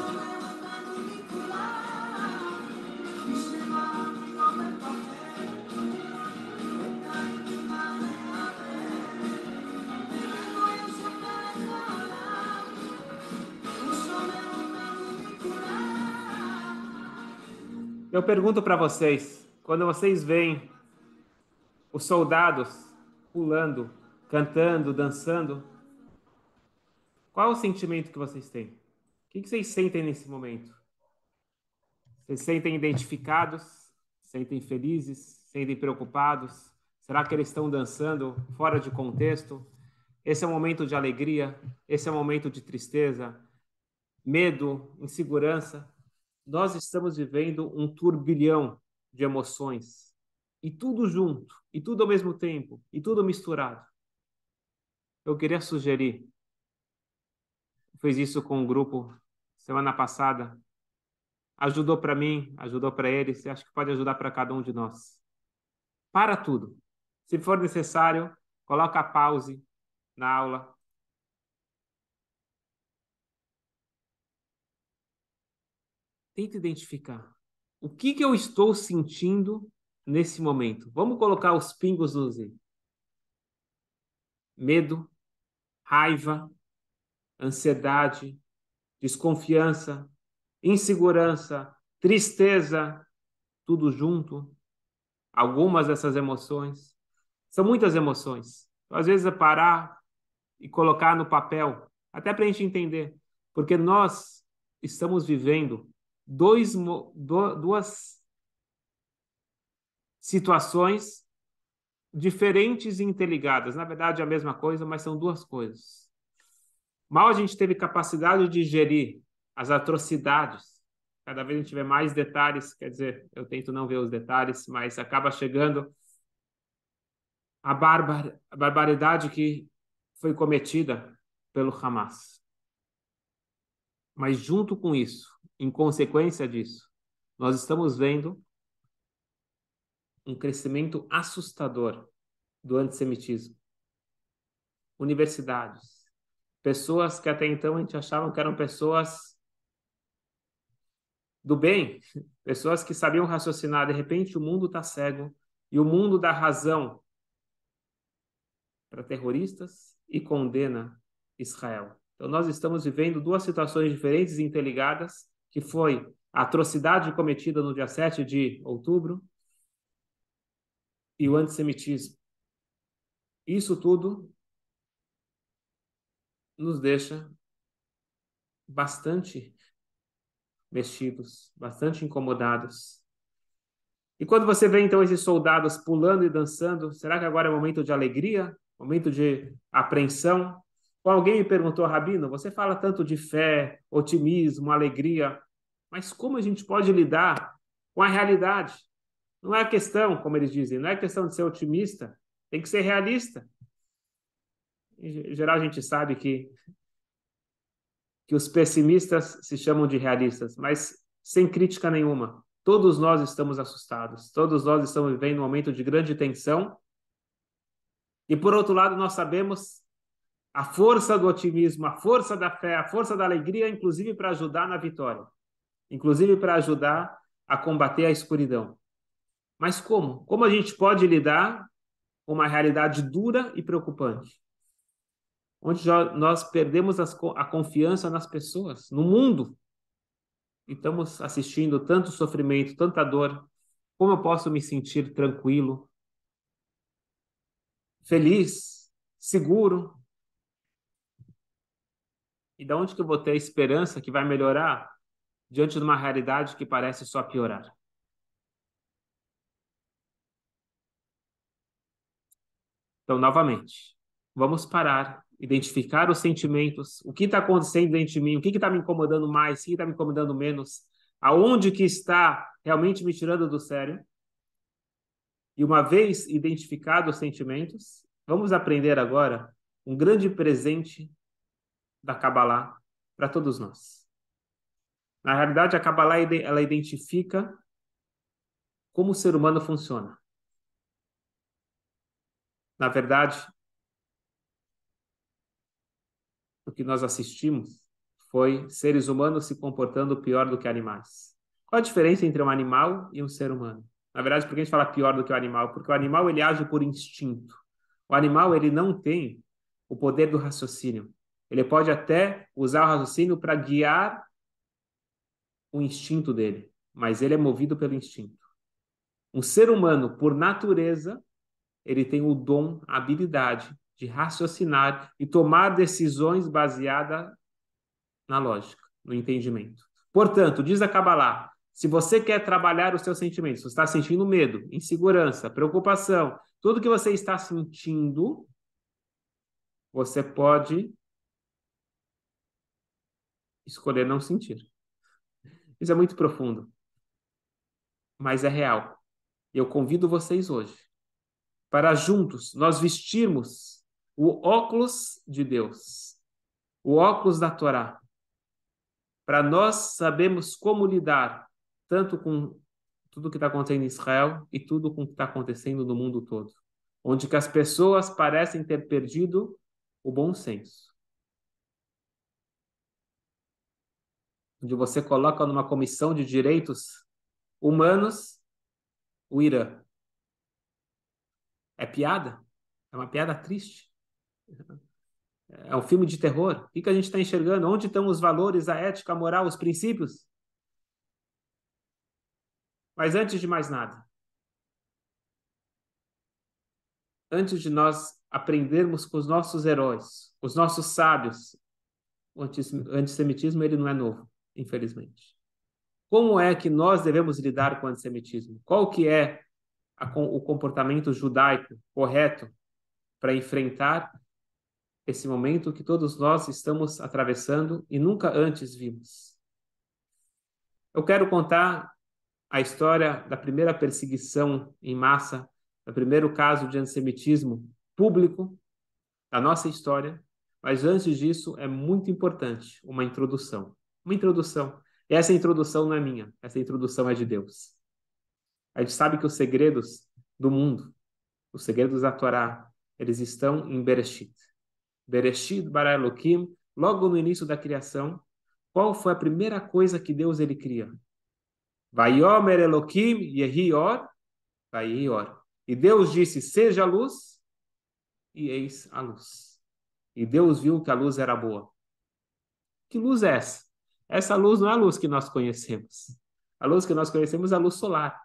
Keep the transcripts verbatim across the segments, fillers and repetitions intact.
Eu pergunto para vocês, quando vocês veem os soldados pulando, cantando, dançando, qual é o sentimento que vocês têm? O que vocês sentem nesse momento? Vocês sentem identificados? Sentem felizes? Sentem preocupados? Será que eles estão dançando fora de contexto? Esse é um momento de alegria? Esse é um momento de tristeza? Medo? Insegurança? Nós estamos vivendo um turbilhão de emoções. E tudo junto, e tudo ao mesmo tempo, e tudo misturado. Eu queria sugerir, fiz isso com um grupo semana passada, ajudou para mim, ajudou para eles, e acho que pode ajudar para cada um de nós. Para tudo. Se for necessário, coloca pause na aula. Tenta identificar o que que eu estou sentindo nesse momento. Vamos colocar os pingos nos i. Medo, raiva, ansiedade, desconfiança, insegurança, tristeza, tudo junto. Algumas dessas emoções. São muitas emoções. Então, às vezes é parar e colocar no papel, até para a gente entender. Porque nós estamos vivendo dois, duas situações diferentes e interligadas. Na verdade, é a mesma coisa, mas são duas coisas. Mal a gente teve capacidade de gerir as atrocidades. Cada vez a gente vê mais detalhes, quer dizer, eu tento não ver os detalhes, mas acaba chegando a, barbar, a barbaridade que foi cometida pelo Hamas. Mas junto com isso, em consequência disso, nós estamos vendo um crescimento assustador do antissemitismo. Universidades, pessoas que até então a gente achava que eram pessoas do bem, pessoas que sabiam raciocinar, de repente o mundo está cego e o mundo dá razão para terroristas e condena Israel. Então nós estamos vivendo duas situações diferentes e interligadas, que foi a atrocidade cometida no dia sete de outubro e o antissemitismo. Isso tudo nos deixa bastante mexidos, bastante incomodados. E quando você vê então esses soldados pulando e dançando, será que agora é momento de alegria? Momento de apreensão? Ou alguém me perguntou, Rabino, você fala tanto de fé, otimismo, alegria, mas como a gente pode lidar com a realidade? Não é questão, como eles dizem, não é questão de ser otimista, tem que ser realista. Em geral, a gente sabe que, que os pessimistas se chamam de realistas, mas sem crítica nenhuma. Todos nós estamos assustados, todos nós estamos vivendo um momento de grande tensão. E, por outro lado, nós sabemos a força do otimismo, a força da fé, a força da alegria, inclusive para ajudar na vitória, inclusive para ajudar a combater a escuridão. Mas como? Como a gente pode lidar com uma realidade dura e preocupante? Onde nós perdemos a confiança nas pessoas, no mundo, e estamos assistindo tanto sofrimento, tanta dor. Como eu posso me sentir tranquilo, feliz, seguro? E da onde que eu vou ter a esperança que vai melhorar diante de uma realidade que parece só piorar? Então, novamente, vamos parar, identificar os sentimentos, o que está acontecendo dentro de mim, o que está me incomodando mais, o que está me incomodando menos, aonde que está realmente me tirando do sério. E uma vez identificados os sentimentos, vamos aprender agora um grande presente da Kabbalah para todos nós. Na realidade, a Kabbalah ela identifica como o ser humano funciona. Na verdade, o que nós assistimos foi seres humanos se comportando pior do que animais. Qual a diferença entre um animal e um ser humano? Na verdade, por que a gente fala pior do que o animal? Porque o animal ele age por instinto. O animal ele não tem o poder do raciocínio. Ele pode até usar o raciocínio para guiar o instinto dele, mas ele é movido pelo instinto. Um ser humano, por natureza, ele tem o dom, a habilidade de raciocinar e tomar decisões baseadas na lógica, no entendimento. Portanto, diz a Kabbalah, se você quer trabalhar os seus sentimentos, você está sentindo medo, insegurança, preocupação, tudo que você está sentindo, você pode escolher não sentir. Isso é muito profundo, mas é real. E eu convido vocês hoje para juntos nós vestirmos o óculos de Deus, o óculos da Torá, para nós sabermos como lidar tanto com tudo o que está acontecendo em Israel e tudo com o que está acontecendo no mundo todo, onde que as pessoas parecem ter perdido o bom senso, onde você coloca numa comissão de direitos humanos o Irã. É piada? É uma piada triste. É um filme de terror. O que que a gente está enxergando? Onde estão os valores, a ética, a moral, os princípios? Mas antes de mais nada, antes de nós aprendermos com os nossos heróis, os nossos sábios, o antissemitismo ele não é novo, infelizmente. Como é que nós devemos lidar com o antissemitismo? Qual que é a, o comportamento judaico correto para enfrentar esse momento que todos nós estamos atravessando e nunca antes vimos? Eu quero contar a história da primeira perseguição em massa, do primeiro caso de antissemitismo público da nossa história, mas antes disso é muito importante uma introdução. Uma introdução. E essa introdução não é minha, essa introdução é de Deus. A gente sabe que os segredos do mundo, os segredos da Torá, eles estão em Bereshit. Bereshit bara Elohim, logo no início da criação, qual foi a primeira coisa que Deus ele cria? Vayomer Elohim yehi or, vayehi or. E Deus disse, seja a luz, e eis a luz. E Deus viu que a luz era boa. Que luz é essa? Essa luz não é a luz que nós conhecemos. A luz que nós conhecemos é a luz solar.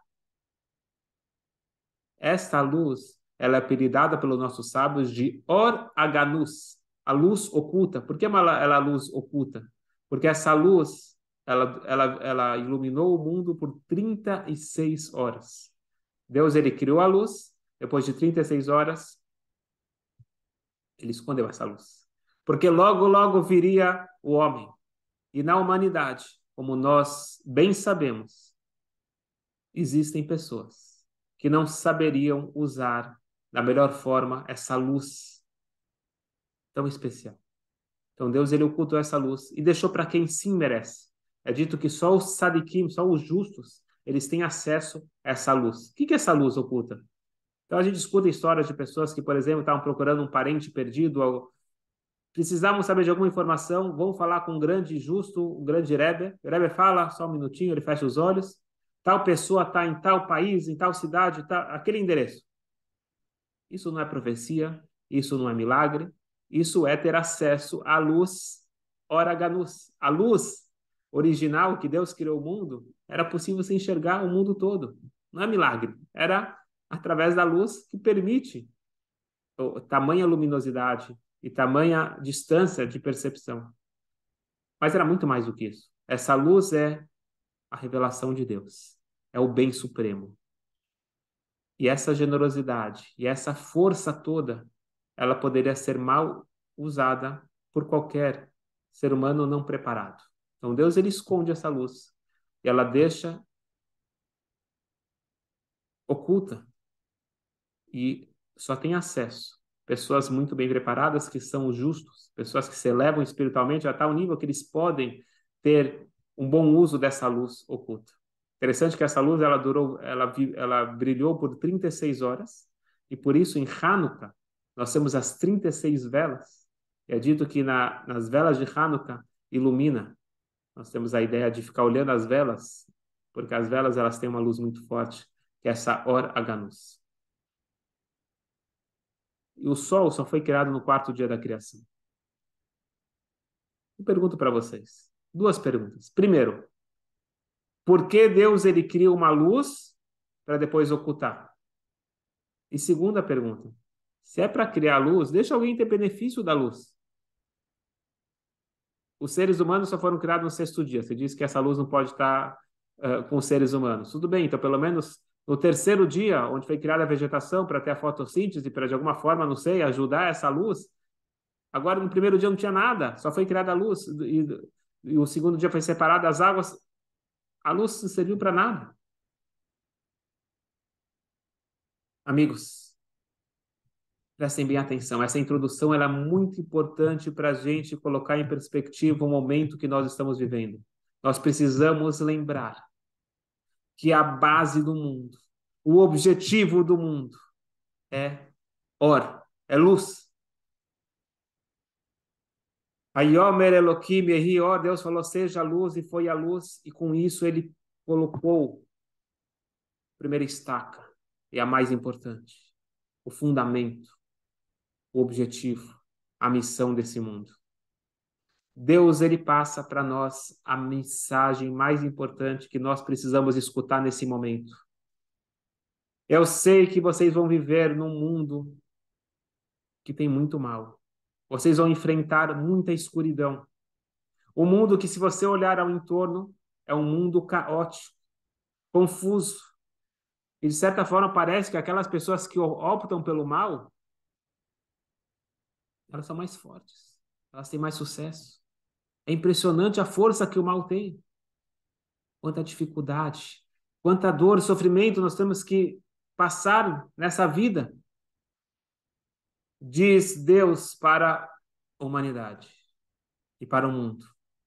Esta luz, ela é apelidada pelos nossos sábios de Or Aganus, a luz oculta. Por que ela, ela é a luz oculta? Porque essa luz, ela, ela, ela iluminou o mundo por trinta e seis horas. Deus, ele criou a luz, depois de trinta e seis horas, ele escondeu essa luz. Porque logo, logo viria o homem. E na humanidade, como nós bem sabemos, existem pessoas que não saberiam usar da melhor forma essa luz tão especial. Então Deus ele ocultou essa luz e deixou para quem sim merece. É dito que só os sadiquim, só os justos, eles têm acesso a essa luz. O que é essa luz oculta? Então a gente escuta histórias de pessoas que, por exemplo, estavam procurando um parente perdido, precisavam saber de alguma informação, vão falar com um grande justo, um grande Rebbe. O Rebbe fala, só um minutinho, ele fecha os olhos. Tal pessoa está em tal país, em tal cidade, tá, aquele endereço. Isso não é profecia, isso não é milagre, isso é ter acesso à luz Oraganus. A luz original que Deus criou o mundo, era possível se enxergar o mundo todo. Não é milagre, era através da luz que permite tamanha luminosidade e tamanha distância de percepção. Mas era muito mais do que isso. Essa luz é a revelação de Deus. É o bem supremo. E essa generosidade e essa força toda, ela poderia ser mal usada por qualquer ser humano não preparado. Então Deus ele esconde essa luz e ela deixa oculta e só tem acesso pessoas muito bem preparadas que são os justos, pessoas que se elevam espiritualmente a tal nível que eles podem ter um bom uso dessa luz oculta. Interessante que essa luz ela durou, ela, ela brilhou por trinta e seis horas e por isso em Hanukkah nós temos as trinta e seis velas. É dito que na, nas velas de Hanukkah ilumina. Nós temos a ideia de ficar olhando as velas, porque as velas elas têm uma luz muito forte, que é essa Or Aganus. E o sol só foi criado no quarto dia da criação. Eu pergunto para vocês, duas perguntas. Primeiro, por que Deus ele cria uma luz para depois ocultar? E segunda pergunta, se é para criar luz, deixa alguém ter benefício da luz. Os seres humanos só foram criados no sexto dia. Você disse que essa luz não pode estar uh, com os seres humanos. Tudo bem, então pelo menos no terceiro dia, onde foi criada a vegetação para ter a fotossíntese, para de alguma forma, não sei, ajudar essa luz. Agora no primeiro dia não tinha nada, só foi criada a luz. E, e o segundo dia foi separada as águas. A luz não serviu para nada. Amigos, prestem bem atenção. Essa introdução ela é muito importante para a gente colocar em perspectiva o momento que nós estamos vivendo. Nós precisamos lembrar que a base do mundo, o objetivo do mundo é Or, é luz. Ayomer Elohim Yehi Or, Deus falou, seja a luz, e foi a luz, e com isso ele colocou a primeira estaca, e a mais importante, o fundamento, o objetivo, a missão desse mundo. Deus, ele passa para nós a mensagem mais importante que nós precisamos escutar nesse momento. Eu sei que vocês vão viver num mundo que tem muito mal. Vocês vão enfrentar muita escuridão. O mundo que, se você olhar ao entorno, é um mundo caótico, confuso. E, de certa forma, parece que aquelas pessoas que optam pelo mal, elas são mais fortes. Elas têm mais sucesso. É impressionante a força que o mal tem. Quanta dificuldade, quanta dor e sofrimento nós temos que passar nessa vida. Diz Deus para a humanidade e para o mundo.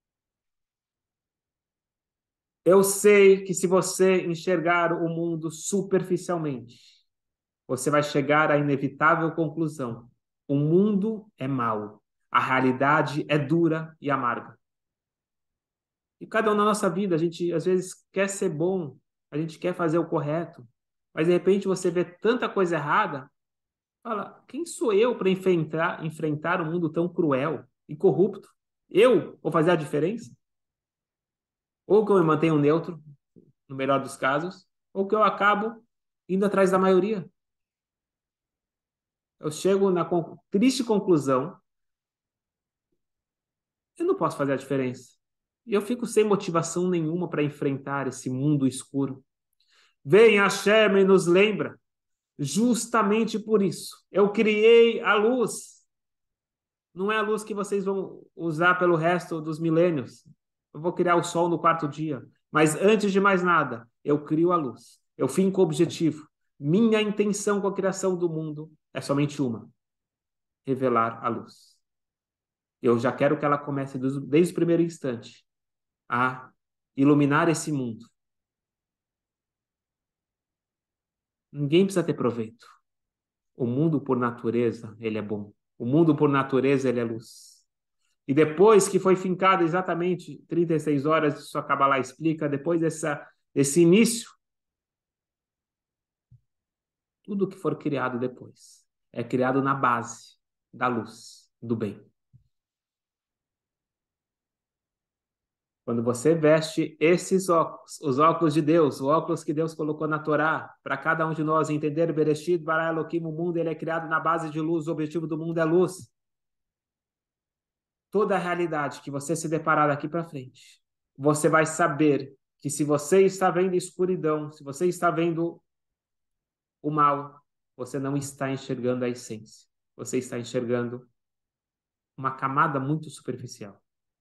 Eu sei que se você enxergar o mundo superficialmente, você vai chegar à inevitável conclusão. O mundo é mau. A realidade é dura e amarga. E cada um na nossa vida, a gente às vezes quer ser bom, a gente quer fazer o correto, mas de repente você vê tanta coisa errada, fala, quem sou eu para enfrentar, enfrentar um mundo tão cruel e corrupto? Eu vou fazer a diferença? Ou que eu me mantenho neutro, no melhor dos casos, ou que eu acabo indo atrás da maioria. Eu chego na con- triste conclusão, eu não posso fazer a diferença. E eu fico sem motivação nenhuma para enfrentar esse mundo escuro. Vem Hashem e nos lembra, justamente por isso, eu criei a luz. Não é a luz que vocês vão usar pelo resto dos milênios. Eu vou criar o sol no quarto dia. Mas antes de mais nada, eu crio a luz. Eu finco o objetivo. Minha intenção com a criação do mundo é somente uma: revelar a luz. Eu já quero que ela comece desde o primeiro instante a iluminar esse mundo. Ninguém precisa ter proveito. O mundo, por natureza, ele é bom. O mundo, por natureza, ele é luz. E depois que foi fincado exatamente trinta e seis horas, isso a Kabbalah explica, depois dessa, desse início, tudo que for criado depois é criado na base da luz, do bem. Quando você veste esses óculos, os óculos de Deus, o óculos que Deus colocou na Torá, para cada um de nós entender, Bereshit, bara Elohim, o mundo ele é criado na base de luz, o objetivo do mundo é luz. Toda a realidade que você se deparar daqui para frente, você vai saber que se você está vendo escuridão, se você está vendo o mal, você não está enxergando a essência. Você está enxergando uma camada muito superficial.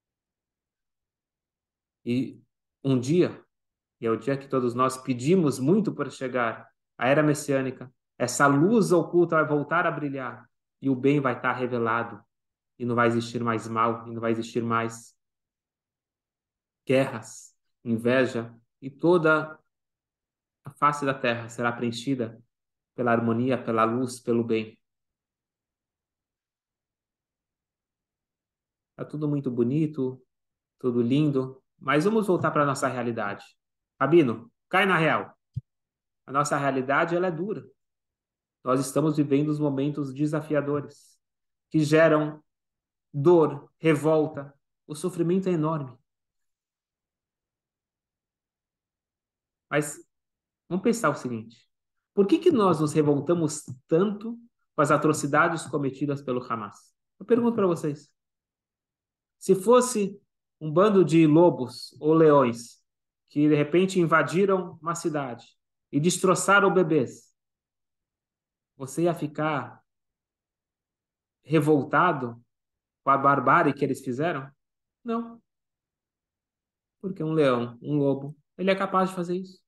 E um dia, e é o dia que todos nós pedimos muito para chegar, a era messiânica, essa luz oculta vai voltar a brilhar e o bem vai estar revelado e não vai existir mais mal, e não vai existir mais guerras, inveja, e toda a face da terra será preenchida pela harmonia, pela luz, pelo bem. Tá tudo muito bonito, tudo lindo, mas vamos voltar para a nossa realidade. Rabino, cai na real. A nossa realidade ela é dura. Nós estamos vivendo os momentos desafiadores, que geram dor, revolta. O sofrimento é enorme. Mas vamos pensar o seguinte: por que que nós nos revoltamos tanto com as atrocidades cometidas pelo Hamas? Eu pergunto para vocês. Se fosse um bando de lobos ou leões que de repente invadiram uma cidade e destroçaram bebês, você ia ficar revoltado com a barbárie que eles fizeram? Não, porque um leão, um lobo, ele é capaz de fazer isso.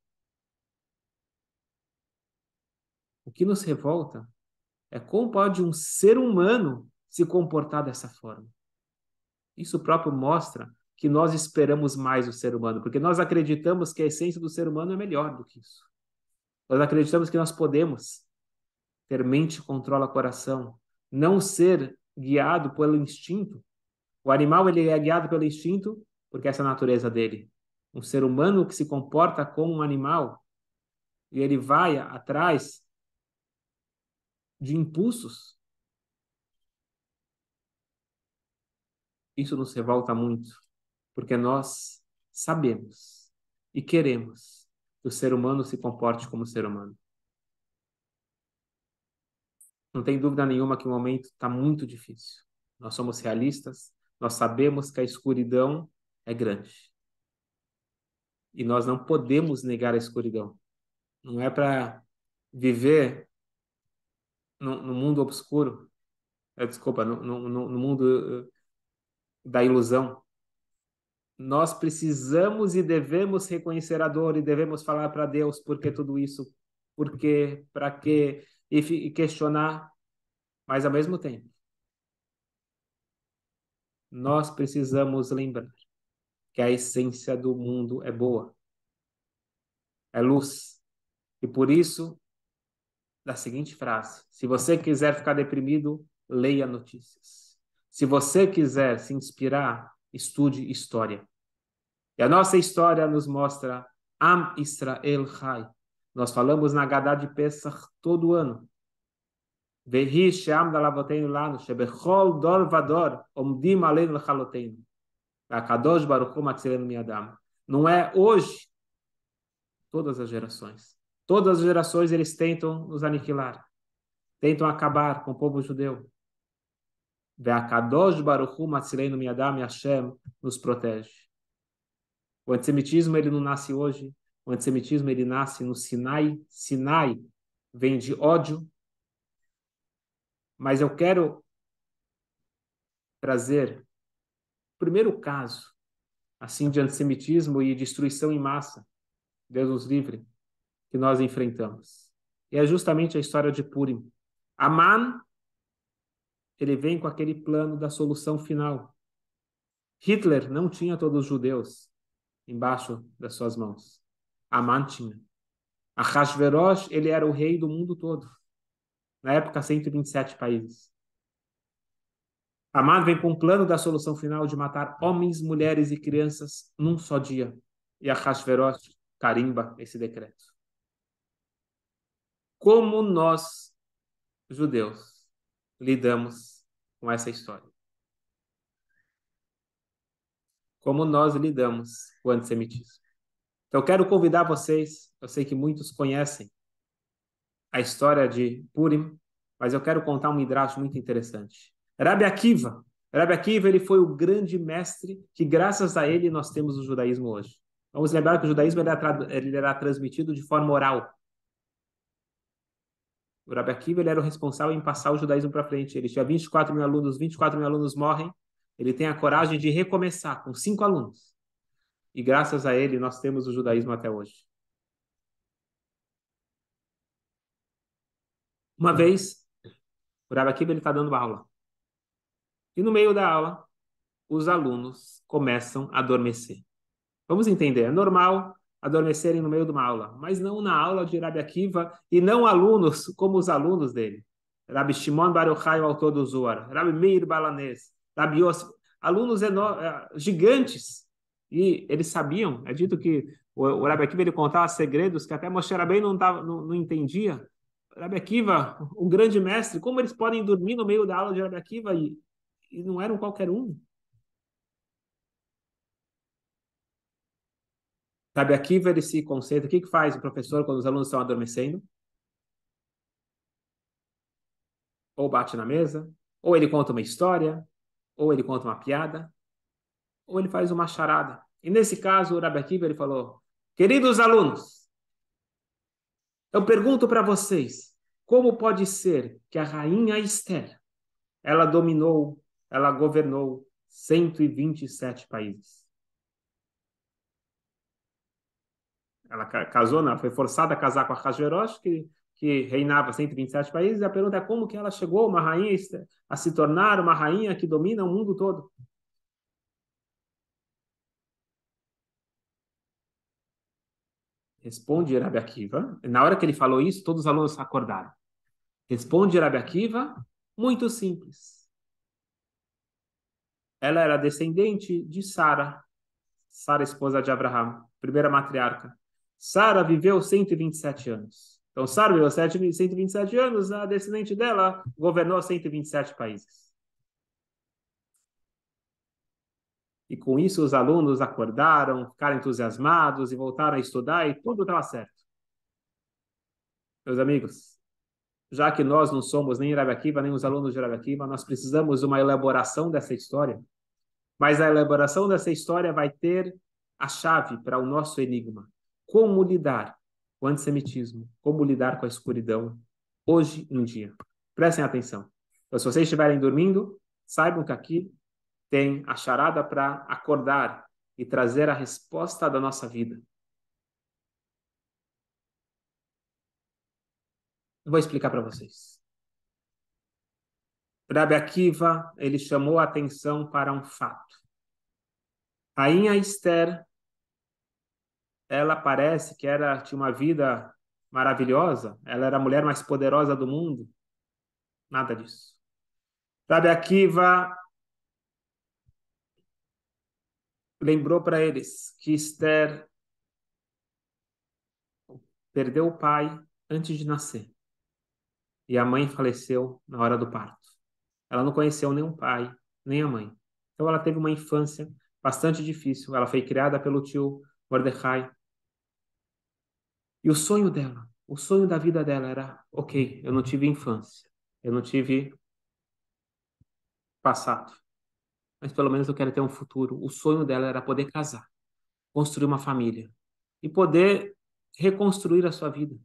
O que nos revolta é como pode um ser humano se comportar dessa forma. Isso próprio mostra que nós esperamos mais do ser humano, porque nós acreditamos que a essência do ser humano é melhor do que isso. Nós acreditamos que nós podemos ter mente que controla coração, não ser guiado pelo instinto. O animal ele é guiado pelo instinto porque essa é a natureza dele. Um ser humano que se comporta como um animal e ele vai atrás de impulsos, isso nos revolta muito, porque nós sabemos e queremos que o ser humano se comporte como ser humano. Não tem dúvida nenhuma que o momento está muito difícil. Nós somos realistas, nós sabemos que a escuridão é grande. E nós não podemos negar a escuridão. Não é para viver no, no mundo obscuro, é, desculpa, no, no, no mundo uh, da ilusão. Nós precisamos e devemos reconhecer a dor e devemos falar para Deus por que tudo isso, por quê, para quê, e, e questionar, mas ao mesmo tempo, nós precisamos lembrar que a essência do mundo é boa, é luz. E por isso, da seguinte frase: se você quiser ficar deprimido, leia notícias. Se você quiser se inspirar, estude história. E a nossa história nos mostra Am Israel Chai. Nós falamos na Haggadah de Pesach todo ano. Vehi she'am dalavoteinu lanu, shebechol dor vador, omdim aleinu lechaloteinu. Akadosh baruch hu matzilenu miadam. Não é hoje, todas as gerações. Todas as gerações eles tentam nos aniquilar. Tentam acabar com o povo judeu. Ve'akadosh baruch hu matzilenu miadam, e Hashem nos protege. O antissemitismo ele não nasce hoje. O antissemitismo ele nasce no Sinai. Sinai vem de ódio. Mas eu quero trazer o primeiro caso assim de antissemitismo e destruição em massa, Deus nos livre, que nós enfrentamos. E é justamente a história de Purim. Aman, ele vem com aquele plano da solução final. Hitler não tinha todos os judeus embaixo das suas mãos. Aman tinha. Ahasverosh, ele era o rei do mundo todo. Na época, cento e vinte e sete países. Aman vem com o plano da solução final de matar homens, mulheres e crianças num só dia. E Ahasverosh carimba esse decreto. Como nós, judeus, lidamos com essa história? Como nós lidamos com o antissemitismo? Então, eu quero convidar vocês, eu sei que muitos conhecem a história de Purim, mas eu quero contar um midrash muito interessante. Rabi Akiva. Rabi Akiva ele foi o grande mestre que, graças a ele, nós temos o judaísmo hoje. Vamos lembrar que o judaísmo ele era, ele era transmitido de forma oral. O Rabi Akiva ele era o responsável em passar o judaísmo para frente. Ele tinha vinte e quatro mil alunos, vinte e quatro mil alunos morrem. Ele tem a coragem de recomeçar com cinco alunos. E graças a ele, nós temos o judaísmo até hoje. Uma vez, o Rabi Akiva está dando uma aula. E no meio da aula, os alunos começam a adormecer. Vamos entender, é normal adormecerem no meio de uma aula, mas não na aula de Rabi Akiva e não alunos como os alunos dele. Rabi Shimon Bar Yochai, o autor do Zohar, Rabi Meir Balanés, Rabi Yosef, alunos gigantes E eles sabiam, é dito que o, o Rabi Akiva ele contava segredos que até Moshe Rabbeinu não, tava, não, não entendia. Rabi Akiva, um grande mestre, como eles podem dormir no meio da aula de Rabi Akiva e, e não eram qualquer um? Rabi Akiva, ele se concentra. O que, que faz o professor quando os alunos estão adormecendo? Ou bate na mesa, ou ele conta uma história, ou ele conta uma piada, ou ele faz uma charada. E nesse caso, o Rabi Akiva, ele falou, queridos alunos, eu pergunto para vocês, como pode ser que a rainha Esther, ela dominou, ela governou cento e vinte e sete países? Ela casou, não, foi forçada a casar com a Hashverosh, que, que reinava cento e vinte e sete países, e a pergunta é como que ela chegou, uma rainha, a se tornar uma rainha que domina o mundo todo? Responde Rabi Akiva. Na hora que ele falou isso, todos os alunos acordaram. Responde Rabi Akiva, muito simples. Ela era descendente de Sara, Sara, esposa de Abraão, primeira matriarca. Sara viveu cento e vinte e sete anos. Então, Sara viveu cento e vinte e sete anos, a descendente dela governou cento e vinte e sete países. E com isso, os alunos acordaram, ficaram entusiasmados e voltaram a estudar e tudo estava certo. Meus amigos, já que nós não somos nem Rabi Akiva, nem os alunos de Rabi Akiva, nós precisamos de uma elaboração dessa história. Mas a elaboração dessa história vai ter a chave para o nosso enigma. Como lidar com o antissemitismo, como lidar com a escuridão hoje em dia. Prestem atenção. Então, se vocês estiverem dormindo, saibam que aqui tem a charada para acordar e trazer a resposta da nossa vida. Eu vou explicar para vocês. Rabi Akiva, ele chamou a atenção para um fato. A rainha Esther, ela parece que era, tinha uma vida maravilhosa, ela era a mulher mais poderosa do mundo. Nada disso. Rabi Akiva lembrou para eles que Esther perdeu o pai antes de nascer. E a mãe faleceu na hora do parto. Ela não conheceu nem o pai, nem a mãe. Então ela teve uma infância bastante difícil. Ela foi criada pelo tio Mordecai. E o sonho dela, o sonho da vida dela era, ok, eu não tive infância, eu não tive passado, mas pelo menos eu quero ter um futuro. O sonho dela era poder casar, construir uma família e poder reconstruir a sua vida.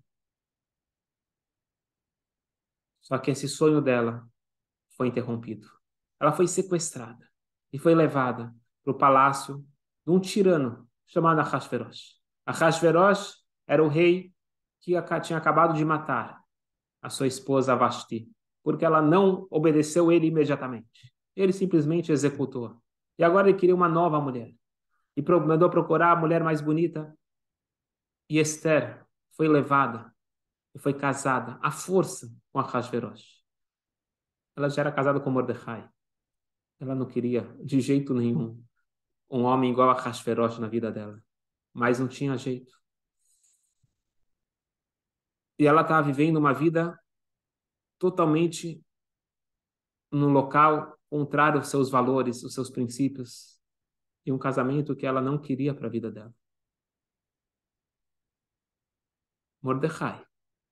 Só que esse sonho dela foi interrompido. Ela foi sequestrada e foi levada para o palácio de um tirano chamado Ahasverosh. Ahasverosh era o rei que tinha acabado de matar a sua esposa Vashti, porque ela não obedeceu ele imediatamente. Ele simplesmente executou. E agora ele queria uma nova mulher. E mandou procurar a mulher mais bonita. E Esther foi levada e foi casada à força com Ahasverosh. Ela já era casada com Mordecai. Ela não queria, de jeito nenhum, um homem igual a Ahasverosh na vida dela. Mas não tinha jeito. E ela estava vivendo uma vida totalmente num local contrário aos seus valores, aos seus princípios, e um casamento que ela não queria para a vida dela. Mordecai,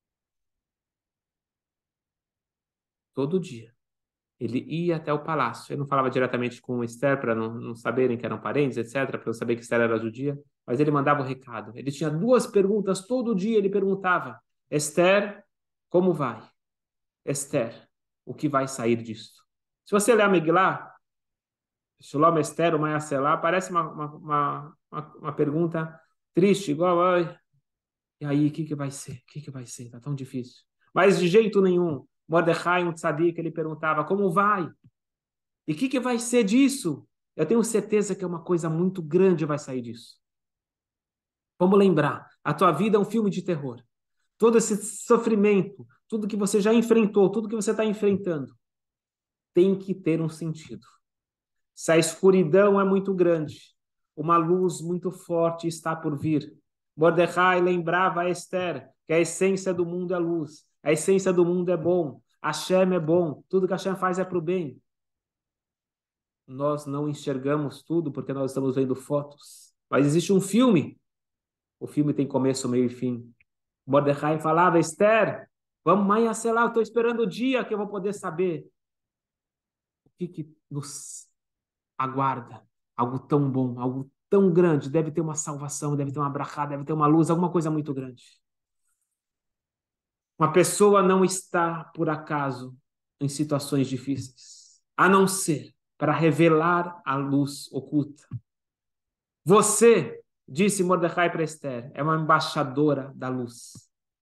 todo dia, ele ia até o palácio. Ele não falava diretamente com Esther para não, não saberem que eram parentes, etcétera, para não saber que Esther era judia, mas ele mandava o recado. Ele tinha duas perguntas todo dia. Ele perguntava: Esther, como vai? Esther, o que vai sair disso? Se você ler a Megillah, Shalom Esther, o Maya Selá, parece uma, uma, uma, uma pergunta triste, igual, ai, e aí, o que, que vai ser? O que, que vai ser? Está tão difícil. Mas de jeito nenhum, Mordecai, um tzadik, ele perguntava, como vai? E o que, que vai ser disso? Eu tenho certeza que é uma coisa muito grande vai sair disso. Vamos lembrar, a tua vida é um filme de terror. Todo esse sofrimento, tudo que você já enfrentou, tudo que você está enfrentando, tem que ter um sentido. Se a escuridão é muito grande, uma luz muito forte está por vir. Mordecai lembrava a Esther que a essência do mundo é luz, a essência do mundo é bom, Hashem é bom, tudo que Hashem faz é para o bem. Nós não enxergamos tudo porque nós estamos vendo fotos, mas existe um filme, o filme tem começo, meio e fim. Mordecai falava, Esther, vamos, mãe, sei lá, eu estou esperando o dia que eu vou poder saber o que, que nos aguarda. Algo tão bom, algo tão grande, deve ter uma salvação, deve ter uma brachá, deve ter uma luz, alguma coisa muito grande. Uma pessoa não está, por acaso, em situações difíceis, a não ser para revelar a luz oculta. Você, disse Mordecai para Esther, é uma embaixadora da luz.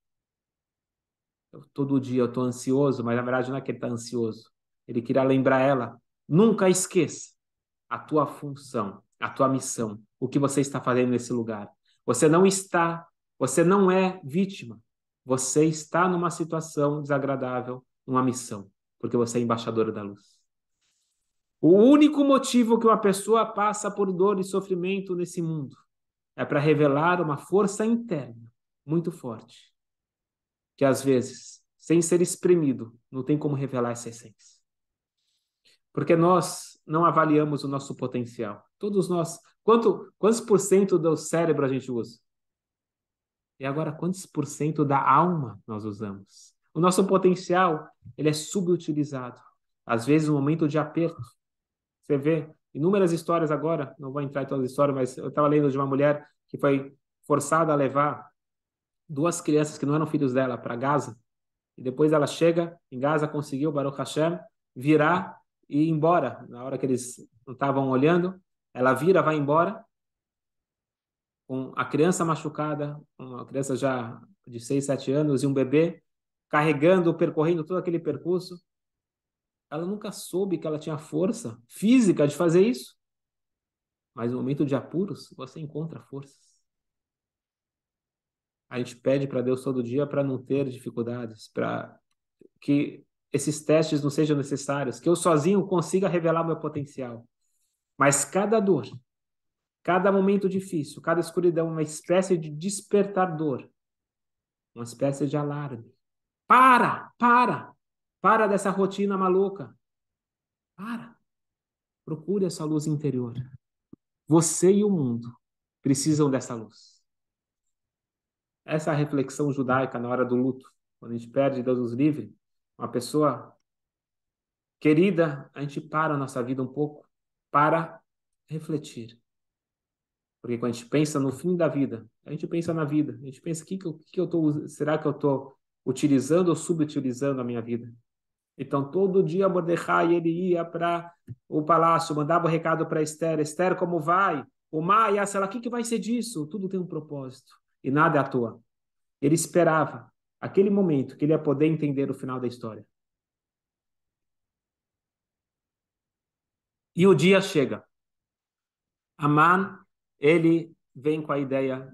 Eu, todo dia eu estou ansioso, mas na verdade não é que ele está ansioso. Ele queria lembrar ela, nunca esqueça a tua função, a tua missão, o que você está fazendo nesse lugar. Você não está, você não é vítima. Você está numa situação desagradável, numa missão, porque você é embaixadora da luz. O único motivo que uma pessoa passa por dor e sofrimento nesse mundo é para revelar uma força interna muito forte, que às vezes, sem ser exprimido, não tem como revelar essa essência. Porque nós não avaliamos o nosso potencial. Todos nós, quanto, quantos por cento do cérebro a gente usa? E agora, quantos por cento da alma nós usamos? O nosso potencial, ele é subutilizado. Às vezes, no momento de aperto, você vê inúmeras histórias agora, não vou entrar em todas as histórias, mas eu estava lendo de uma mulher que foi forçada a levar duas crianças que não eram filhos dela para Gaza, e depois ela chega em Gaza, conseguiu, Baruch Hashem, virar e ir embora. Na hora que eles não estavam olhando, ela vira, vai embora, com a criança machucada, uma criança já de seis, sete anos e um bebê, carregando, percorrendo todo aquele percurso. Ela nunca soube que ela tinha força física de fazer isso. Mas no momento de apuros, você encontra forças. A gente pede para Deus todo dia para não ter dificuldades, para que esses testes não sejam necessários, que eu sozinho consiga revelar meu potencial. Mas cada dor, cada momento difícil, cada escuridão, uma espécie de despertador, uma espécie de alarme. Para, para, para dessa rotina maluca. Para. Procure essa luz interior. Você e o mundo precisam dessa luz. Essa é a reflexão judaica na hora do luto. Quando a gente perde, Deus nos livre, uma pessoa querida, a gente para a nossa vida um pouco para refletir. Porque quando a gente pensa no fim da vida, a gente pensa na vida, a gente pensa, que que eu, que eu tô, será que eu estou utilizando ou subutilizando a minha vida? Então, todo dia Mordecai, ele ia para o palácio, mandava o recado para Esther, Esther, como vai? O Maia, sei lá, o que, que vai ser disso? Tudo tem um propósito e nada é à toa. Ele esperava aquele momento que ele ia poder entender o final da história. E o dia chega. Aman, ele vem com a ideia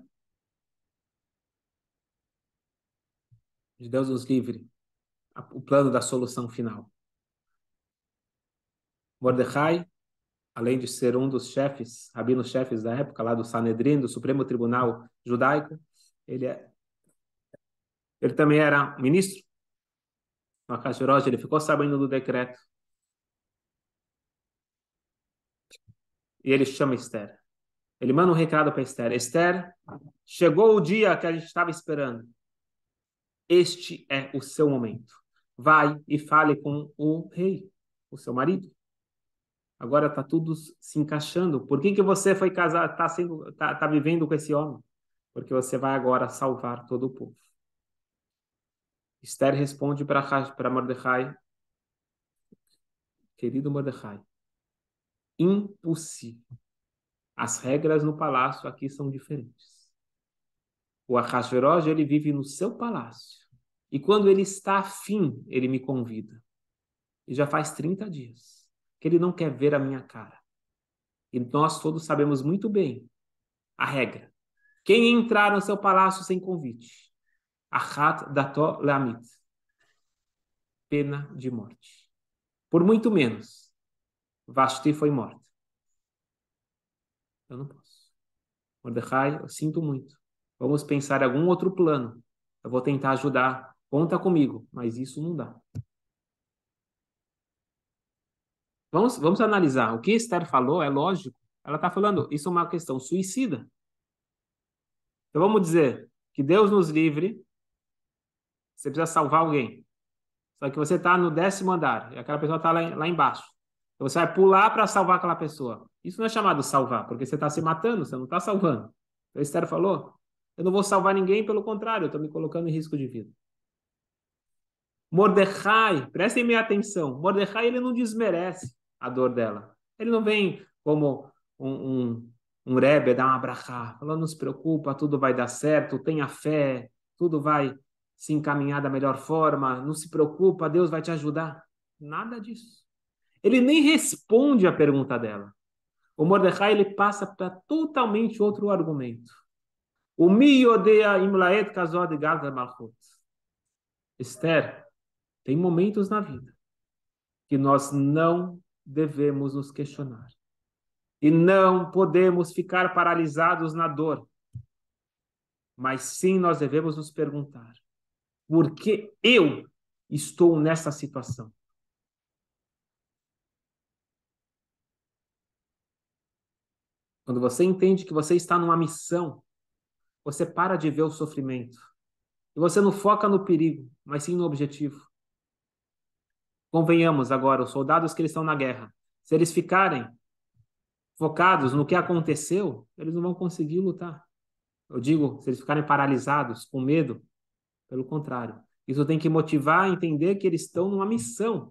de Deus nos livre, o plano da solução final. Mordecai, além de ser um dos chefes, rabinos-chefes da época, lá do Sanedrim, do Supremo Tribunal Judaico, ele, é, ele também era ministro. No Ahasverosh, ele ficou sabendo do decreto. E ele chama Esther. Ele manda um recado para Esther. Esther, chegou o dia que a gente estava esperando. Este é o seu momento. Vai e fale com o rei, o seu marido. Agora está tudo se encaixando. Por que que você foi casar, está sendo, tá, tá vivendo com esse homem? Porque você vai agora salvar todo o povo. Esther responde para Mordecai, querido Mordecai, impossível. As regras no palácio aqui são diferentes. O Ahasverosh, ele vive no seu palácio. E quando ele está afim, ele me convida. E já faz trinta dias que ele não quer ver a minha cara. E nós todos sabemos muito bem a regra. Quem entrar no seu palácio sem convite, achat dato leamit, pena de morte. Por muito menos, Vashti foi morta. Eu não posso. Mordecai, eu sinto muito. Vamos pensar em algum outro plano. Eu vou tentar ajudar. Conta comigo, mas isso não dá. Vamos, vamos analisar. O que Esther falou é lógico. Ela está falando, isso é uma questão suicida. Então vamos dizer que Deus nos livre, você precisa salvar alguém. Só que você está no décimo andar e aquela pessoa está lá, lá embaixo. Então você vai pular para salvar aquela pessoa. Isso não é chamado salvar, porque você está se matando, você não está salvando. Então Esther falou, eu não vou salvar ninguém, pelo contrário, eu estou me colocando em risco de vida. Mordecai, prestem minha atenção, Mordecai ele não desmerece a dor dela. Ele não vem como um, um, um Rebbe dar uma brachá, falando, não se preocupa, tudo vai dar certo, tenha fé, tudo vai se encaminhar da melhor forma, não se preocupa, Deus vai te ajudar. Nada disso. Ele nem responde a pergunta dela. O Mordecai ele passa para totalmente outro argumento. O mi odeia imlaet kazod gavda malchut. Esther, tem momentos na vida que nós não devemos nos questionar. E não podemos ficar paralisados na dor. Mas sim nós devemos nos perguntar: por que eu estou nessa situação? Quando você entende que você está numa missão, você para de ver o sofrimento. E você não foca no perigo, mas sim no objetivo. Convenhamos agora, os soldados que eles estão na guerra, se eles ficarem focados no que aconteceu, eles não vão conseguir lutar. Eu digo, se eles ficarem paralisados, com medo, pelo contrário. Isso tem que motivar a entender que eles estão numa missão.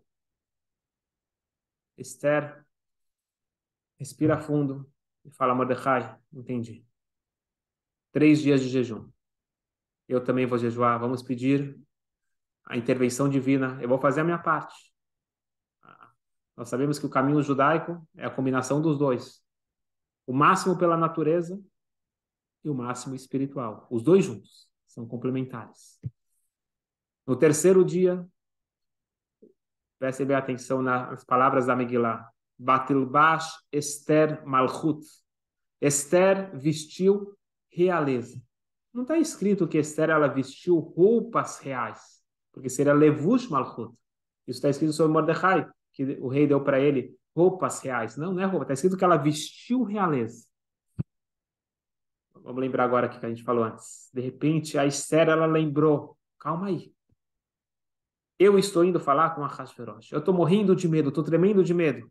Esther, respira fundo e fala, Mordecai, entendi. Três dias de jejum. Eu também vou jejuar. Vamos pedir a intervenção divina. Eu vou fazer a minha parte. Nós sabemos que o caminho judaico é a combinação dos dois. O máximo pela natureza e o máximo espiritual. Os dois juntos são complementares. No terceiro dia, preste bem atenção nas palavras da Megillah. Batilbash Esther Malchut. Esther vestiu realeza. Não está escrito que Esther ela vestiu roupas reais, porque seria Levush Malchut. Isso está escrito sobre Mordecai, que o rei deu para ele roupas reais. Não, não é roupa. Está escrito que ela vestiu realeza. Vamos lembrar agora o que a gente falou antes. De repente, a Esther, ela lembrou. Calma aí. Eu estou indo falar com a Hashverosh. Eu estou morrendo de medo, estou tremendo de medo.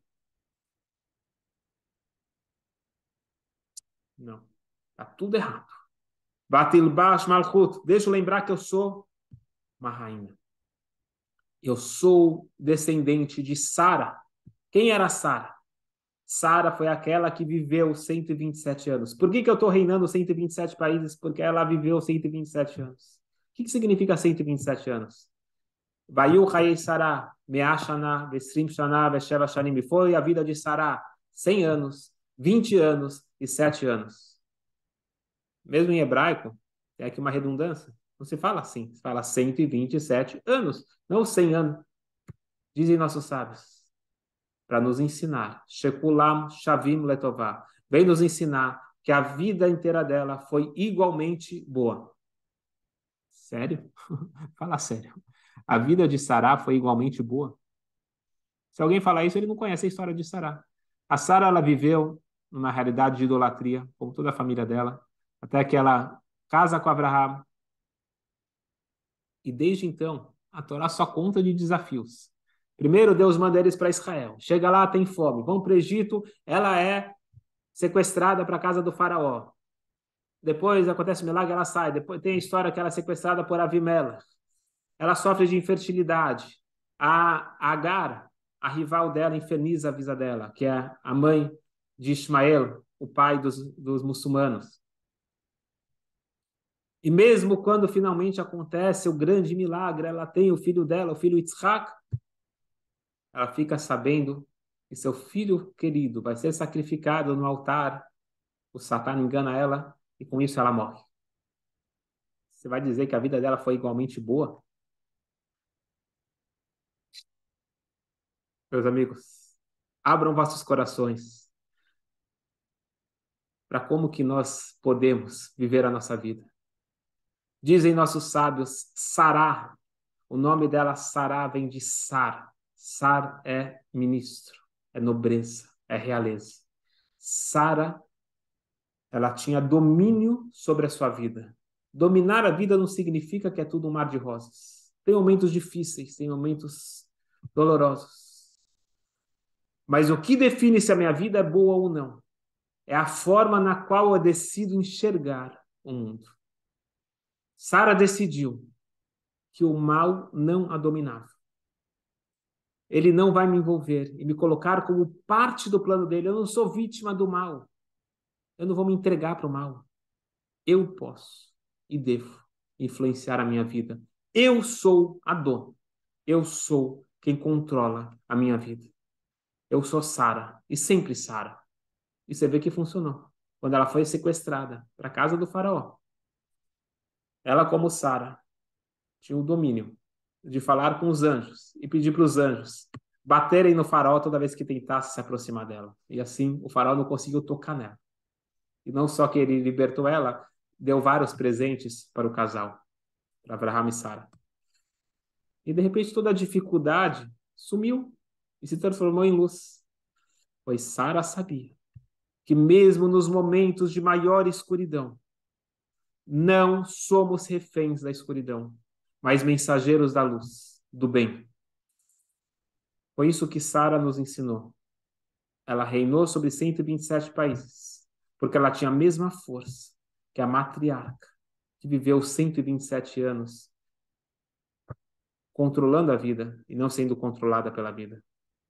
Não. Está tudo errado. Batilbash Malchut. Deixa eu lembrar que eu sou uma rainha. Eu sou descendente de Sara. Quem era Sara? Sara foi aquela que viveu cento e vinte e sete anos. Por que, que eu estou reinando cento e vinte e sete países? Porque ela viveu cento e vinte e sete anos. O que, que significa cento e vinte e sete anos? Vaiu Hayei Sará, Me'a Shana, Vesrim Shana, Vesheva Shanim. Foi a vida de Sará, cem anos, vinte anos e sete anos. Mesmo em hebraico, tem aqui uma redundância. Não se fala assim, se fala cento e vinte e sete anos, não cem anos. Dizem nossos sábios, para nos ensinar. Shekulam Shavim Letová. Vem nos ensinar que a vida inteira dela foi igualmente boa. Sério? Fala sério. A vida de Sará foi igualmente boa? Se alguém falar isso, ele não conhece a história de Sará. A Sara, ela viveu numa realidade de idolatria, como toda a família dela, até que ela casa com Abraham. E desde então, a Torá só conta de desafios. Primeiro, Deus manda eles para Israel. Chega lá, tem fome. Vão para o Egito, ela é sequestrada para a casa do faraó. Depois acontece o milagre, ela sai. Depois tem a história que ela é sequestrada por Avimela. Ela sofre de infertilidade. A Agar, a rival dela, inferniza a vida dela, que é a mãe de Ismael, o pai dos, dos muçulmanos. E mesmo quando finalmente acontece o grande milagre, ela tem o filho dela, o filho Yitzhak, ela fica sabendo que seu filho querido vai ser sacrificado no altar, o Satã engana ela e com isso ela morre. Você vai dizer que a vida dela foi igualmente boa? Meus amigos, abram vossos corações. para como que nós podemos viver a nossa vida. Dizem nossos sábios, Sará, o nome dela, Sará, vem de Sar. Sar é ministro, é nobreza, é realeza. Sara, ela tinha domínio sobre a sua vida. Dominar a vida não significa que é tudo um mar de rosas. Tem momentos difíceis, tem momentos dolorosos. Mas o que define se a minha vida é boa ou não é a forma na qual eu decido enxergar o mundo. Sara decidiu que o mal não a dominava. Ele não vai me envolver e me colocar como parte do plano dele. Eu não sou vítima do mal. Eu não vou me entregar para o mal. Eu posso e devo influenciar a minha vida. Eu sou a dona. Eu sou quem controla a minha vida. Eu sou Sara e sempre Sara. E você vê que funcionou. Quando ela foi sequestrada para a casa do faraó, ela, como Sara, tinha o domínio de falar com os anjos e pedir para os anjos baterem no faraó toda vez que tentasse se aproximar dela. E assim o faraó não conseguiu tocar nela. E não só que ele libertou ela, deu vários presentes para o casal, para Abraham e Sara. E de repente toda a dificuldade sumiu e se transformou em luz. Pois Sara sabia que mesmo nos momentos de maior escuridão, não somos reféns da escuridão, mas mensageiros da luz, do bem. Foi isso que Sara nos ensinou. Ela reinou sobre cento e vinte e sete países, porque ela tinha a mesma força que a matriarca, que viveu cento e vinte e sete anos controlando a vida e não sendo controlada pela vida.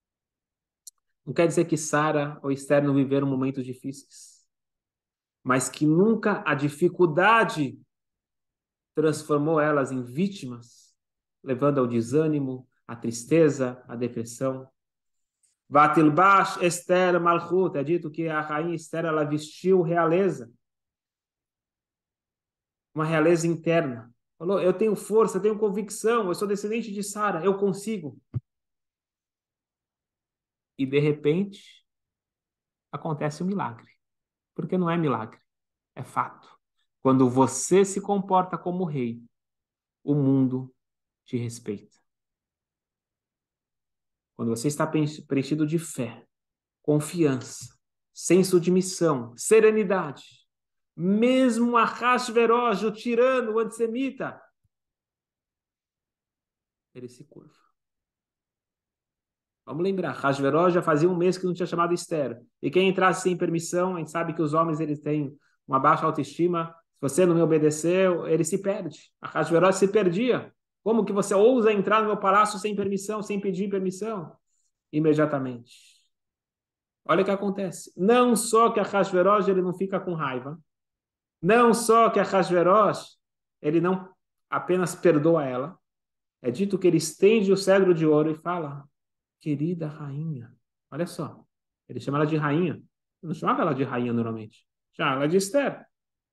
Não quer dizer que Sara ou Esther não viveram momentos difíceis, mas que nunca a dificuldade transformou elas em vítimas, levando ao desânimo, à tristeza, à depressão. Vatilbash Esther Malchut, é dito que a rainha Esther, ela vestiu realeza, uma realeza interna. Falou, eu tenho força, eu tenho convicção, eu sou descendente de Sara, eu consigo. E de repente, acontece um milagre. Porque não é milagre, é fato. Quando você se comporta como rei, o mundo te respeita. Quando você está preenchido de fé, confiança, senso de missão, serenidade, mesmo Ahasverosh, o tirano, o antissemita, ele se curva. Vamos lembrar, Ahasverosh já fazia um mês que não tinha chamado Esther. E quem entrasse sem permissão, a gente sabe que os homens eles têm uma baixa autoestima. Se você não me obedeceu, ele se perde. Ahasverosh se perdia. Como que você ousa entrar no meu palácio sem permissão, sem pedir permissão? Imediatamente. Olha o que acontece. Não só que Ahasverosh ele não fica com raiva, não só que Ahasverosh ele não apenas perdoa ela, é dito que ele estende o cedro de ouro e fala, querida rainha, olha só, ele chama ela de rainha, não chamava ela de rainha normalmente, chama ela de Esther.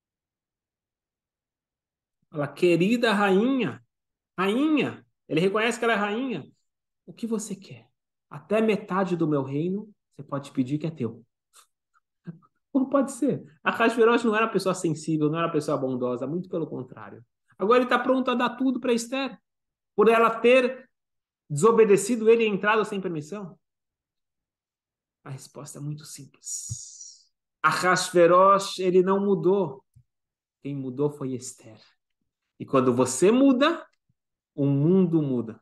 Fala, querida rainha, rainha, ele reconhece que ela é rainha. O que você quer? Até metade do meu reino, você pode pedir que é teu. Como pode ser? A Ahasverosh não era uma pessoa sensível, não era uma pessoa bondosa, muito pelo contrário. Agora ele está pronto a dar tudo para Esther, por ela ter desobedecido ele e entrado sem permissão. A resposta é muito simples. Ahasverosh, ele não mudou. Quem mudou foi Esther. E quando você muda, o mundo muda.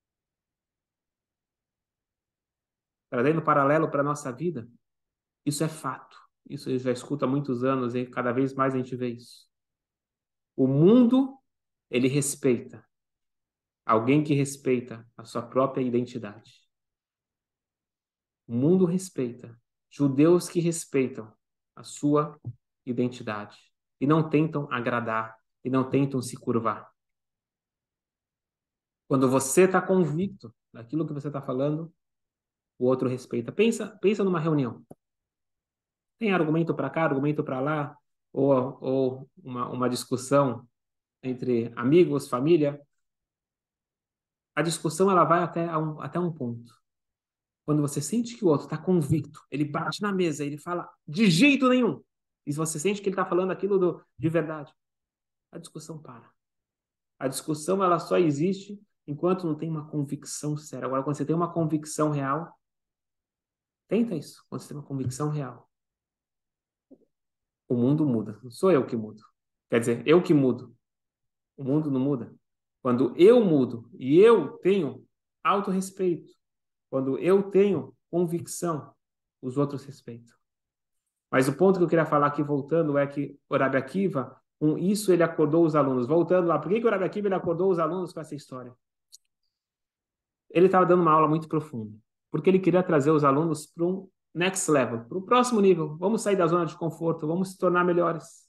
Trazendo paralelo para a nossa vida, isso é fato. Isso eu já escuto há muitos anos e cada vez mais a gente vê isso. O mundo, ele respeita. Alguém que respeita a sua própria identidade. O mundo respeita. Judeus que respeitam a sua identidade. E não tentam agradar. E não tentam se curvar. Quando você está convicto daquilo que você está falando, o outro respeita. Pensa, pensa numa reunião. Tem argumento para cá, argumento para lá, ou, ou uma, uma discussão entre amigos, família. A discussão ela vai até um, até um ponto. Quando você sente que o outro está convicto, ele bate na mesa, ele fala, de jeito nenhum, e você sente que ele está falando aquilo do, de verdade, a discussão para. A discussão ela só existe enquanto não tem uma convicção séria. Agora, quando você tem uma convicção real, tenta isso. Quando você tem uma convicção real, o mundo muda. Não sou eu que mudo. Quer dizer, eu que mudo. O mundo não muda. Quando eu mudo e eu tenho autorrespeito, quando eu tenho convicção, os outros respeitam. Mas o ponto que eu queria falar aqui, voltando, é que o Rabi Akiva, com isso ele acordou os alunos. Voltando lá, por que, que o Rabi Akiva ele acordou os alunos com essa história? Ele estava dando uma aula muito profunda, porque ele queria trazer os alunos para um next level, para o próximo nível. Vamos sair da zona de conforto, vamos se tornar melhores.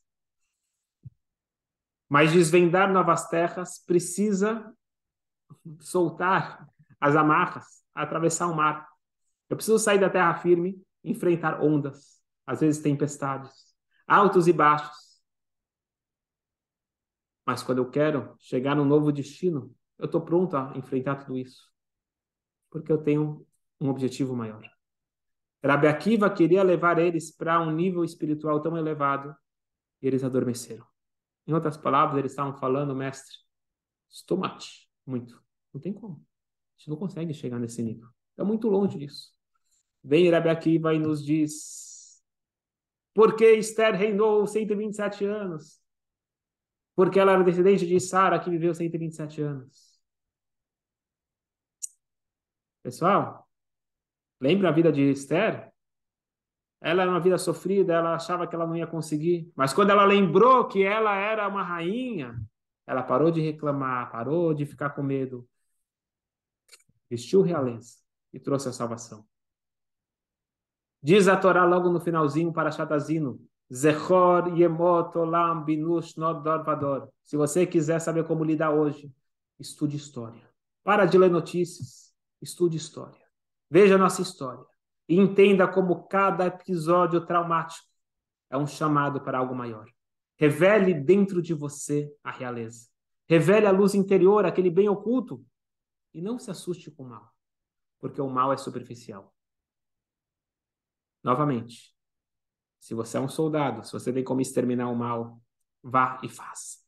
Mas desvendar novas terras precisa soltar as amarras, atravessar o mar. Eu preciso sair da terra firme, enfrentar ondas, às vezes tempestades, altos e baixos. Mas quando eu quero chegar num novo destino, eu estou pronto a enfrentar tudo isso, porque eu tenho um objetivo maior. Rabi Akiva queria levar eles para um nível espiritual tão elevado e eles adormeceram. Em outras palavras, eles estavam falando, mestre, estomate, muito. Não tem como. A gente não consegue chegar nesse nível. É muito longe disso. Vem Rabi Akiva e nos diz: por que Esther reinou cento e vinte e sete anos? Porque ela era descendente de Sara, que viveu cento e vinte e sete anos. Pessoal, lembra a vida de Esther? Ela era uma vida sofrida, ela achava que ela não ia conseguir. Mas quando ela lembrou que ela era uma rainha, ela parou de reclamar, parou de ficar com medo, vestiu realeza e trouxe a salvação. Diz a Torá logo no finalzinho para Shatazino: Zechor yemot olam binush not dor vador. Se você quiser saber como lidar hoje, estude história. Para de ler notícias, estude história. Veja a nossa história e entenda como cada episódio traumático é um chamado para algo maior. Revele dentro de você a realeza. Revele a luz interior, aquele bem oculto. E não se assuste com o mal, porque o mal é superficial. Novamente, se você é um soldado, se você tem como exterminar o mal, vá e faça.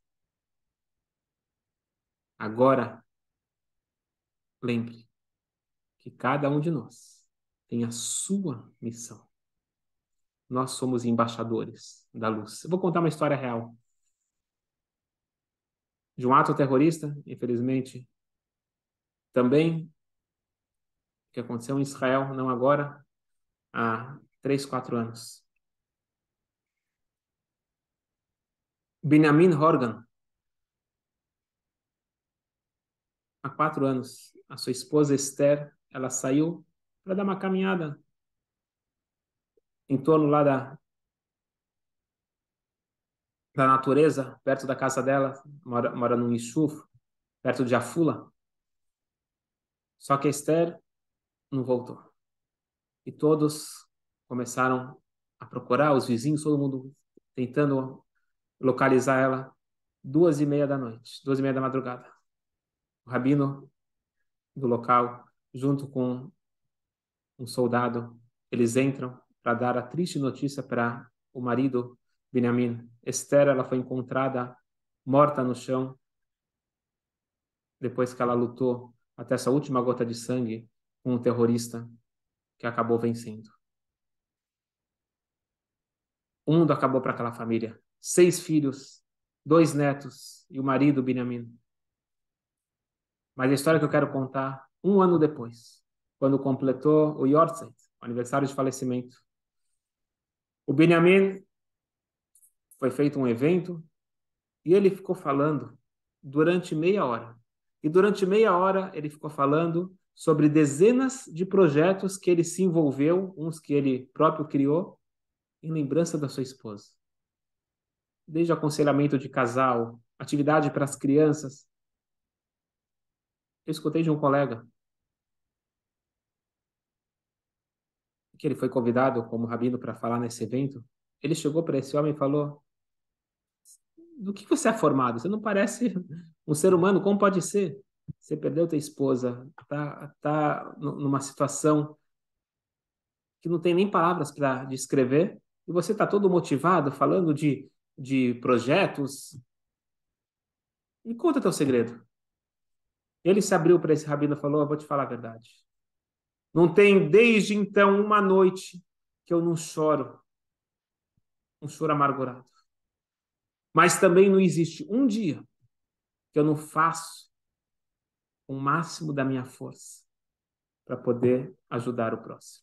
Agora, lembre que cada um de nós tem a sua missão. Nós somos embaixadores da luz. Eu vou contar uma história real de um ato terrorista, infelizmente, também, que aconteceu em Israel, não agora, há três, quatro anos. Benjamin Horgan, há quatro anos, a sua esposa Esther, ela saiu para dar uma caminhada em torno lá da, da natureza, perto da casa dela, mora, mora num Yishuv, perto de Afula. Só que Esther não voltou. E todos começaram a procurar, os vizinhos, todo mundo tentando localizar ela. Duas e meia da noite, duas e meia da madrugada. O rabino do local, junto com um soldado, eles entram para dar a triste notícia para o marido, Benjamin. Esther, ela foi encontrada morta no chão, depois que ela lutou até essa última gota de sangue com um terrorista que acabou vencendo. O mundo acabou para aquela família. Seis filhos, dois netos e o marido, Benjamin. Mas a história que eu quero contar, um ano depois, quando completou o Yortzeit, o aniversário de falecimento, o Benjamin foi feito um evento e ele ficou falando durante meia hora. E durante meia hora ele ficou falando sobre dezenas de projetos que ele se envolveu, uns que ele próprio criou, em lembrança da sua esposa. Desde aconselhamento de casal, atividade para as crianças. Eu escutei de um colega que ele foi convidado como rabino para falar nesse evento. Ele chegou para esse homem e falou: do que você é formado? Você não parece um ser humano, como pode ser? Você perdeu tua esposa, tá, tá numa situação que não tem nem palavras para descrever, e você está todo motivado, falando de, de projetos. Me conta teu segredo. Ele se abriu para esse rabino e falou, eu vou te falar a verdade. Não tem desde então uma noite que eu não choro, um choro amargurado. Mas também não existe um dia que eu não faço o máximo da minha força para poder ajudar o próximo.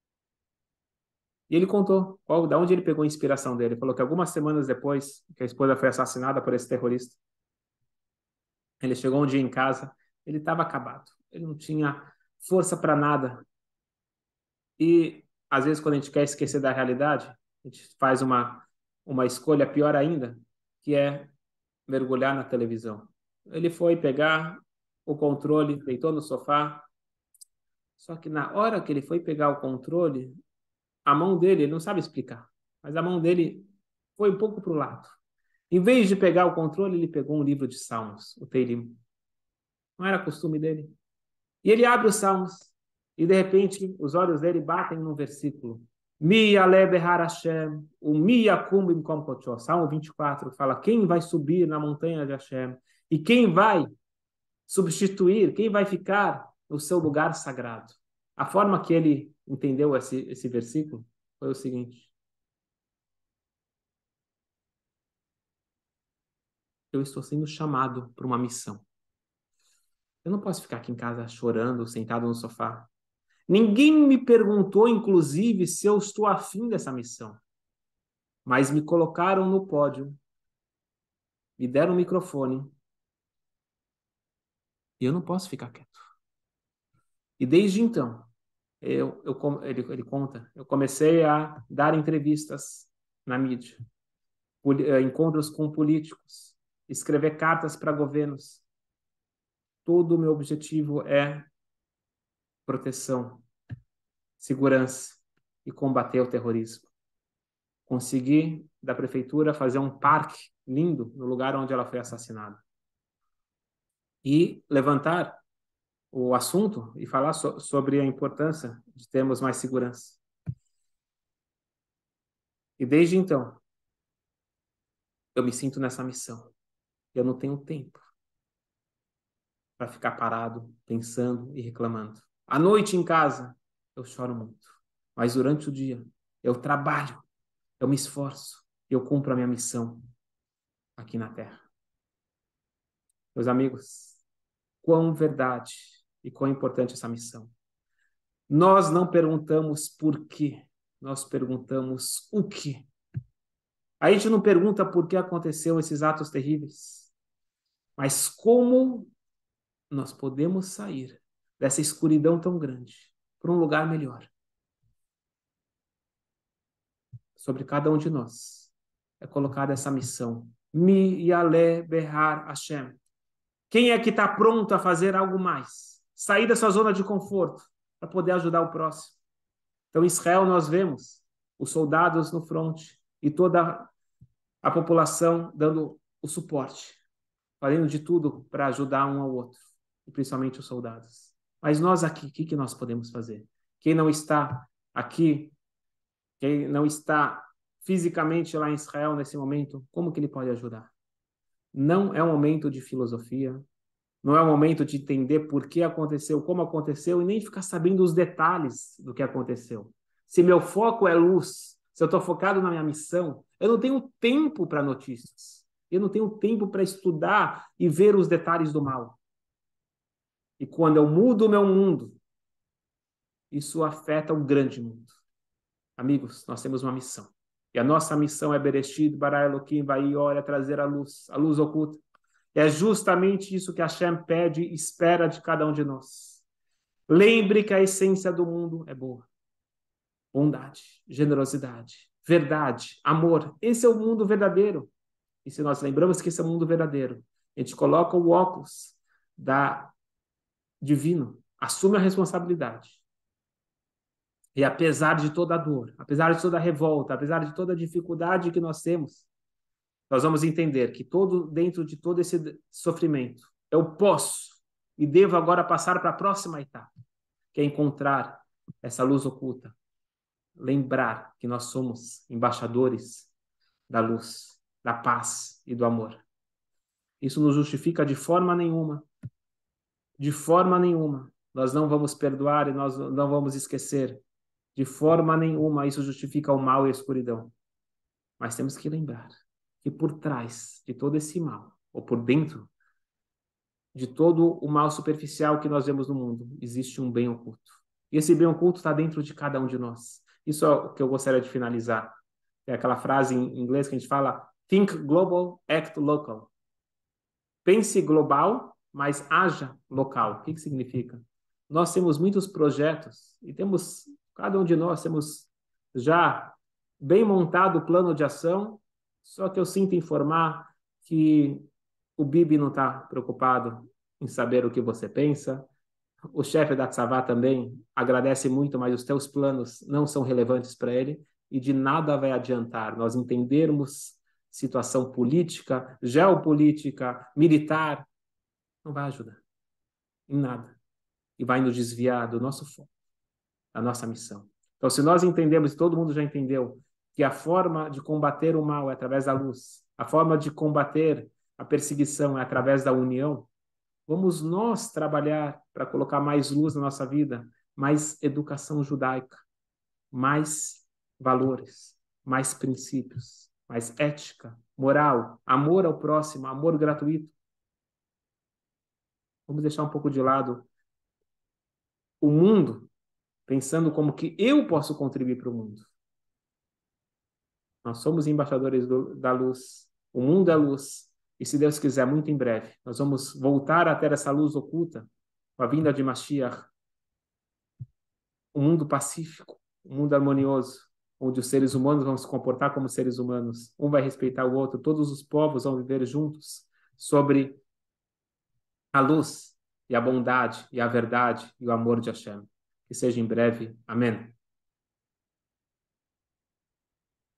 E ele contou qual, da onde ele pegou a inspiração dele. Ele falou que algumas semanas depois que a esposa foi assassinada por esse terrorista, ele chegou um dia em casa, ele estava acabado. Ele não tinha força para nada. E, às vezes, quando a gente quer esquecer da realidade, a gente faz uma, uma escolha pior ainda, que é mergulhar na televisão. Ele foi pegar o controle, deitou no sofá, só que na hora que ele foi pegar o controle, a mão dele, ele não sabe explicar, mas a mão dele foi um pouco para o lado. Em vez de pegar o controle, ele pegou um livro de Salmos, o Teilim. Não era costume dele. E ele abre os Salmos, e de repente os olhos dele batem num versículo. Mi ale behar Hashem, o mi yakum bimkom kocho. Salmo vinte e quatro fala, quem vai subir na montanha de Hashem? E quem vai substituir, quem vai ficar no seu lugar sagrado? A forma que ele entendeu esse, esse versículo foi o seguinte. Eu estou sendo chamado para uma missão. Eu não posso ficar aqui em casa chorando, sentado no sofá. Ninguém me perguntou, inclusive, se eu estou afim dessa missão. Mas me colocaram no pódio, me deram um microfone, e eu não posso ficar quieto. E desde então, eu, eu, ele, ele conta, eu comecei a dar entrevistas na mídia, encontros com políticos, escrever cartas para governos. Todo o meu objetivo é proteção, segurança e combater o terrorismo. Consegui, da prefeitura, fazer um parque lindo no lugar onde ela foi assassinada. E levantar o assunto e falar so sobre a importância de termos mais segurança. E desde então, eu me sinto nessa missão. Eu não tenho tempo para ficar parado, pensando e reclamando. À noite em casa, eu choro muito. Mas durante o dia, eu trabalho, eu me esforço, eu cumpro a minha missão aqui na Terra. Meus amigos, quão verdade e quão importante essa missão. Nós não perguntamos por quê, nós perguntamos o quê. A gente não pergunta por que aconteceu esses atos terríveis, mas como nós podemos sair dessa escuridão tão grande para um lugar melhor. Sobre cada um de nós é colocada essa missão. Mi yale behar Hashem. Quem é que está pronto a fazer algo mais? Sair da sua zona de conforto para poder ajudar o próximo. Então, em Israel, nós vemos os soldados no fronte e toda a população dando o suporte, fazendo de tudo para ajudar um ao outro, e principalmente os soldados. Mas nós aqui, o que, que nós podemos fazer? Quem não está aqui, quem não está fisicamente lá em Israel nesse momento, como que ele pode ajudar? Não é um momento de filosofia, não é um momento de entender por que aconteceu, como aconteceu, e nem ficar sabendo os detalhes do que aconteceu. Se meu foco é luz, se eu estou focado na minha missão, eu não tenho tempo para notícias. Eu não tenho tempo para estudar e ver os detalhes do mal. E quando eu mudo o meu mundo, isso afeta o grande mundo. Amigos, nós temos uma missão. E a nossa missão é Bereshit, bara Elohim, vai olha trazer a luz, a luz oculta. E é justamente isso que Hashem pede e espera de cada um de nós. Lembre que a essência do mundo é boa. Bondade, generosidade, verdade, amor. Esse é o mundo verdadeiro. E se nós lembramos que esse é o mundo verdadeiro, a gente coloca o óculos da divino, assume a responsabilidade. E apesar de toda a dor, apesar de toda a revolta, apesar de toda a dificuldade que nós temos, nós vamos entender que todo, dentro de todo esse sofrimento, eu posso e devo agora passar para a próxima etapa, que é encontrar essa luz oculta, lembrar que nós somos embaixadores da luz, da paz e do amor. Isso não justifica de forma nenhuma, de forma nenhuma. Nós não vamos perdoar e nós não vamos esquecer. De forma nenhuma isso justifica o mal e a escuridão. Mas temos que lembrar que por trás de todo esse mal, ou por dentro de todo o mal superficial que nós vemos no mundo, existe um bem oculto. E esse bem oculto está dentro de cada um de nós. Isso é o que eu gostaria de finalizar. É aquela frase em inglês que a gente fala: think global, act local. Pense global, mas haja local. O que que significa? Nós temos muitos projetos e temos, cada um de nós temos já bem montado o plano de ação, só que eu sinto informar que o Bibi não está preocupado em saber o que você pensa. O chefe da Tsavá também agradece muito, mas os teus planos não são relevantes para ele e de nada vai adiantar nós entendermos situação política, geopolítica, militar. Não vai ajudar em nada e vai nos desviar do nosso foco, da nossa missão. Então, se nós entendemos, todo mundo já entendeu, que a forma de combater o mal é através da luz, a forma de combater a perseguição é através da união, vamos nós trabalhar para colocar mais luz na nossa vida, mais educação judaica, mais valores, mais princípios, mais ética, moral, amor ao próximo, amor gratuito. Vamos deixar um pouco de lado o mundo, pensando como que eu posso contribuir para o mundo. Nós somos embaixadores do, da luz. O mundo é luz. E se Deus quiser, muito em breve, nós vamos voltar a ter essa luz oculta com a vinda de Mashiach. Um mundo pacífico, um mundo harmonioso, onde os seres humanos vão se comportar como seres humanos. Um vai respeitar o outro. Todos os povos vão viver juntos sobre a luz e a bondade e a verdade e o amor de Hashem. Que seja em breve. Amém.